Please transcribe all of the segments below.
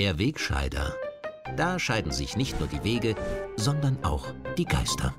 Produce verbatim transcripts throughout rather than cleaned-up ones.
Der Wegscheider. Da scheiden sich nicht nur die Wege, sondern auch die Geister.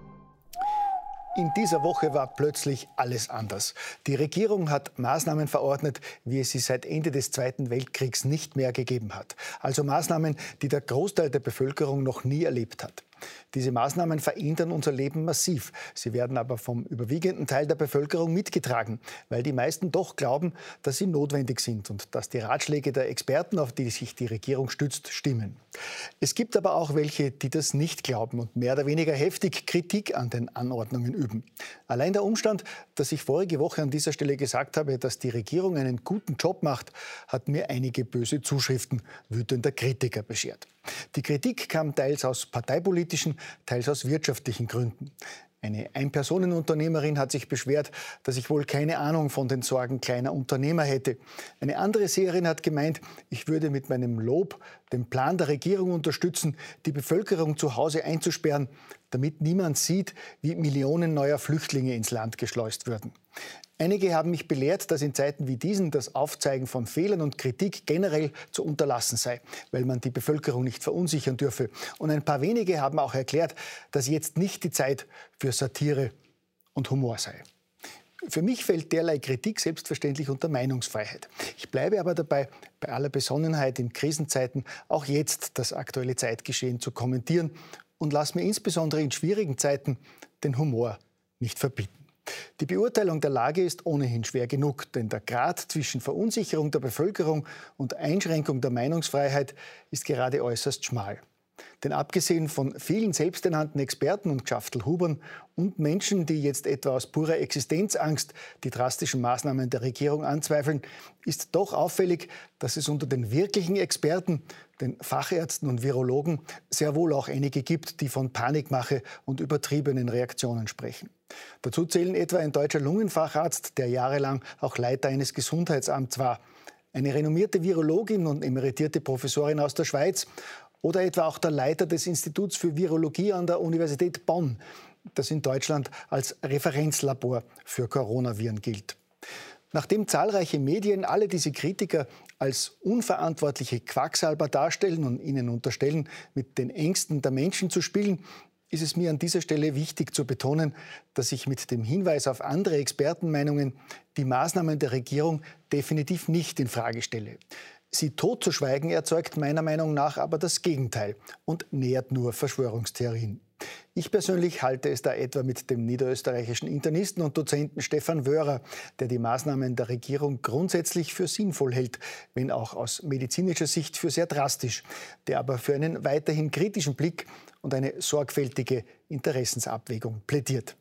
In dieser Woche war plötzlich alles anders. Die Regierung hat Maßnahmen verordnet, wie es sie seit Ende des Zweiten Weltkriegs nicht mehr gegeben hat. Also Maßnahmen, die der Großteil der Bevölkerung noch nie erlebt hat. Diese Maßnahmen verändern unser Leben massiv. Sie werden aber vom überwiegenden Teil der Bevölkerung mitgetragen, weil die meisten doch glauben, dass sie notwendig sind und dass die Ratschläge der Experten, auf die sich die Regierung stützt, stimmen. Es gibt aber auch welche, die das nicht glauben und mehr oder weniger heftig Kritik an den Anordnungen üben. Allein der Umstand, dass ich vorige Woche an dieser Stelle gesagt habe, dass die Regierung einen guten Job macht, hat mir einige böse Zuschriften wütender Kritiker beschert. Die Kritik kam teils aus parteipolitischen, teils aus wirtschaftlichen Gründen. Eine Ein-Personen-Unternehmerin hat sich beschwert, dass ich wohl keine Ahnung von den Sorgen kleiner Unternehmer hätte. Eine andere Seherin hat gemeint, ich würde mit meinem Lob den Plan der Regierung unterstützen, die Bevölkerung zu Hause einzusperren, damit niemand sieht, wie Millionen neuer Flüchtlinge ins Land geschleust würden. Einige haben mich belehrt, dass in Zeiten wie diesen das Aufzeigen von Fehlern und Kritik generell zu unterlassen sei, weil man die Bevölkerung nicht verunsichern dürfe. Und ein paar wenige haben auch erklärt, dass jetzt nicht die Zeit für Satire und Humor sei. Für mich fällt derlei Kritik selbstverständlich unter Meinungsfreiheit. Ich bleibe aber dabei, bei aller Besonnenheit in Krisenzeiten auch jetzt das aktuelle Zeitgeschehen zu kommentieren und lasse mir insbesondere in schwierigen Zeiten den Humor nicht verbieten. Die Beurteilung der Lage ist ohnehin schwer genug, denn der Grad zwischen Verunsicherung der Bevölkerung und Einschränkung der Meinungsfreiheit ist gerade äußerst schmal. Denn abgesehen von vielen selbsternannten Experten und Geschäftelhubern und Menschen, die jetzt etwa aus purer Existenzangst die drastischen Maßnahmen der Regierung anzweifeln, ist doch auffällig, dass es unter den wirklichen Experten, den Fachärzten und Virologen, sehr wohl auch einige gibt, die von Panikmache und übertriebenen Reaktionen sprechen. Dazu zählen etwa ein deutscher Lungenfacharzt, der jahrelang auch Leiter eines Gesundheitsamts war, eine renommierte Virologin und emeritierte Professorin aus der Schweiz oder etwa auch der Leiter des Instituts für Virologie an der Universität Bonn, das in Deutschland als Referenzlabor für Coronaviren gilt. Nachdem zahlreiche Medien alle diese Kritiker als unverantwortliche Quacksalber darstellen und ihnen unterstellen, mit den Ängsten der Menschen zu spielen, ist es mir an dieser Stelle wichtig zu betonen, dass ich mit dem Hinweis auf andere Expertenmeinungen die Maßnahmen der Regierung definitiv nicht in Frage stelle. Sie totzuschweigen erzeugt meiner Meinung nach aber das Gegenteil und nährt nur Verschwörungstheorien. Ich persönlich halte es da etwa mit dem niederösterreichischen Internisten und Dozenten Stefan Wörer, der die Maßnahmen der Regierung grundsätzlich für sinnvoll hält, wenn auch aus medizinischer Sicht für sehr drastisch, der aber für einen weiterhin kritischen Blick und eine sorgfältige Interessensabwägung plädiert.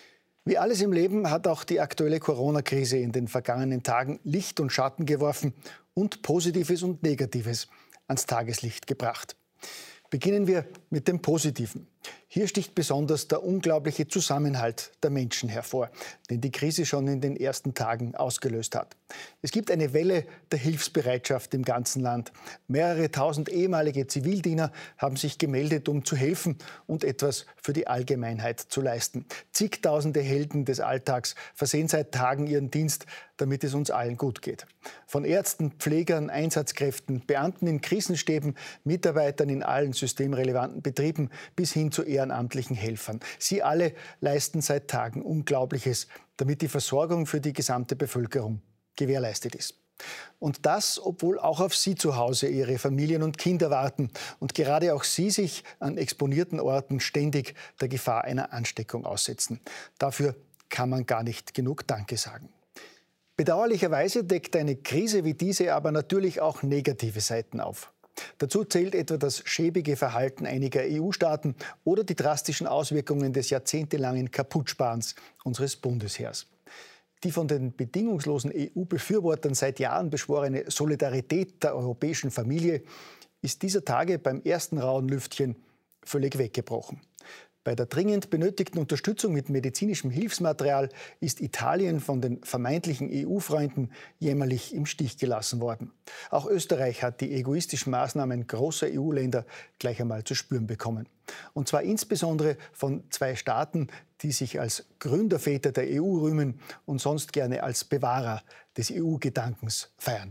Wie alles im Leben hat auch die aktuelle Corona-Krise in den vergangenen Tagen Licht und Schatten geworfen und Positives und Negatives ans Tageslicht gebracht. Beginnen wir mit dem Positiven. Hier sticht besonders der unglaubliche Zusammenhalt der Menschen hervor, den die Krise schon in den ersten Tagen ausgelöst hat. Es gibt eine Welle der Hilfsbereitschaft im ganzen Land. Mehrere tausend ehemalige Zivildiener haben sich gemeldet, um zu helfen und etwas für die Allgemeinheit zu leisten. Zigtausende Helden des Alltags versehen seit Tagen ihren Dienst, damit es uns allen gut geht. Von Ärzten, Pflegern, Einsatzkräften, Beamten in Krisenstäben, Mitarbeitern in allen systemrelevanten Betrieben bis hin zu ehrenamtlichen Helfern. Sie alle leisten seit Tagen Unglaubliches, damit die Versorgung für die gesamte Bevölkerung gewährleistet ist. Und das, obwohl auch auf Sie zu Hause Ihre Familien und Kinder warten und gerade auch Sie sich an exponierten Orten ständig der Gefahr einer Ansteckung aussetzen. Dafür kann man gar nicht genug Danke sagen. Bedauerlicherweise deckt eine Krise wie diese aber natürlich auch negative Seiten auf. Dazu zählt etwa das schäbige Verhalten einiger E U-Staaten oder die drastischen Auswirkungen des jahrzehntelangen Kaputtsparens unseres Bundesheers. Die von den bedingungslosen E U-Befürwortern seit Jahren beschworene Solidarität der europäischen Familie ist dieser Tage beim ersten rauen Lüftchen völlig weggebrochen. Bei der dringend benötigten Unterstützung mit medizinischem Hilfsmaterial ist Italien von den vermeintlichen E U-Freunden jämmerlich im Stich gelassen worden. Auch Österreich hat die egoistischen Maßnahmen großer E U-Länder gleich einmal zu spüren bekommen. Und zwar insbesondere von zwei Staaten, die sich als Gründerväter der E U rühmen und sonst gerne als Bewahrer des E U-Gedankens feiern lassen.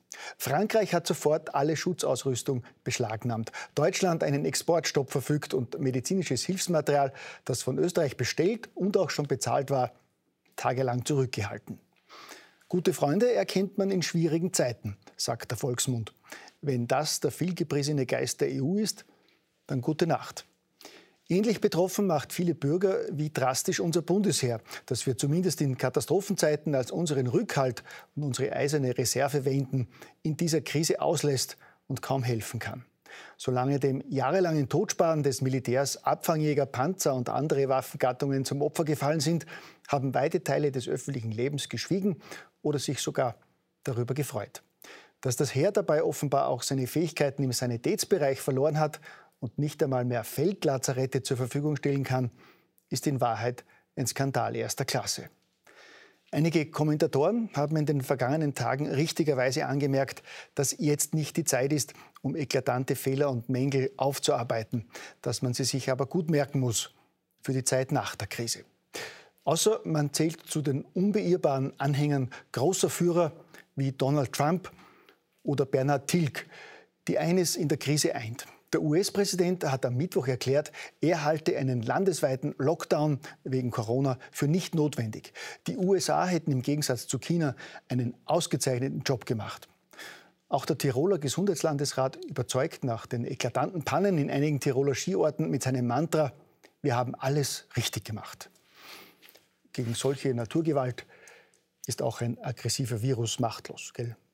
Frankreich hat sofort alle Schutzausrüstung beschlagnahmt. Deutschland einen Exportstopp verfügt und medizinisches Hilfsmaterial, das von Österreich bestellt und auch schon bezahlt war, tagelang zurückgehalten. Gute Freunde erkennt man in schwierigen Zeiten, sagt der Volksmund. Wenn das der vielgepriesene Geist der E U ist, dann gute Nacht. Ähnlich betroffen macht viele Bürger, wie drastisch unser Bundesheer, das wir zumindest in Katastrophenzeiten als unseren Rückhalt und unsere eiserne Reserve wenden, in dieser Krise auslässt und kaum helfen kann. Solange dem jahrelangen Totsparen des Militärs Abfangjäger, Panzer und andere Waffengattungen zum Opfer gefallen sind, haben weite Teile des öffentlichen Lebens geschwiegen oder sich sogar darüber gefreut. Dass das Heer dabei offenbar auch seine Fähigkeiten im Sanitätsbereich verloren hat und nicht einmal mehr Feldlazarette zur Verfügung stellen kann, ist in Wahrheit ein Skandal erster Klasse. Einige Kommentatoren haben in den vergangenen Tagen richtigerweise angemerkt, dass jetzt nicht die Zeit ist, um eklatante Fehler und Mängel aufzuarbeiten, dass man sie sich aber gut merken muss für die Zeit nach der Krise. Außer man zählt zu den unbeirrbaren Anhängern großer Führer wie Donald Trump oder Bernhard Tilg, die eines in der Krise eint. Der U S-Präsident hat am Mittwoch erklärt, er halte einen landesweiten Lockdown wegen Corona für nicht notwendig. Die U S A hätten im Gegensatz zu China einen ausgezeichneten Job gemacht. Auch der Tiroler Gesundheitslandesrat überzeugt nach den eklatanten Pannen in einigen Tiroler Skiorten mit seinem Mantra: Wir haben alles richtig gemacht. Gegen solche Naturgewalt ist auch ein aggressiver Virus machtlos, gell?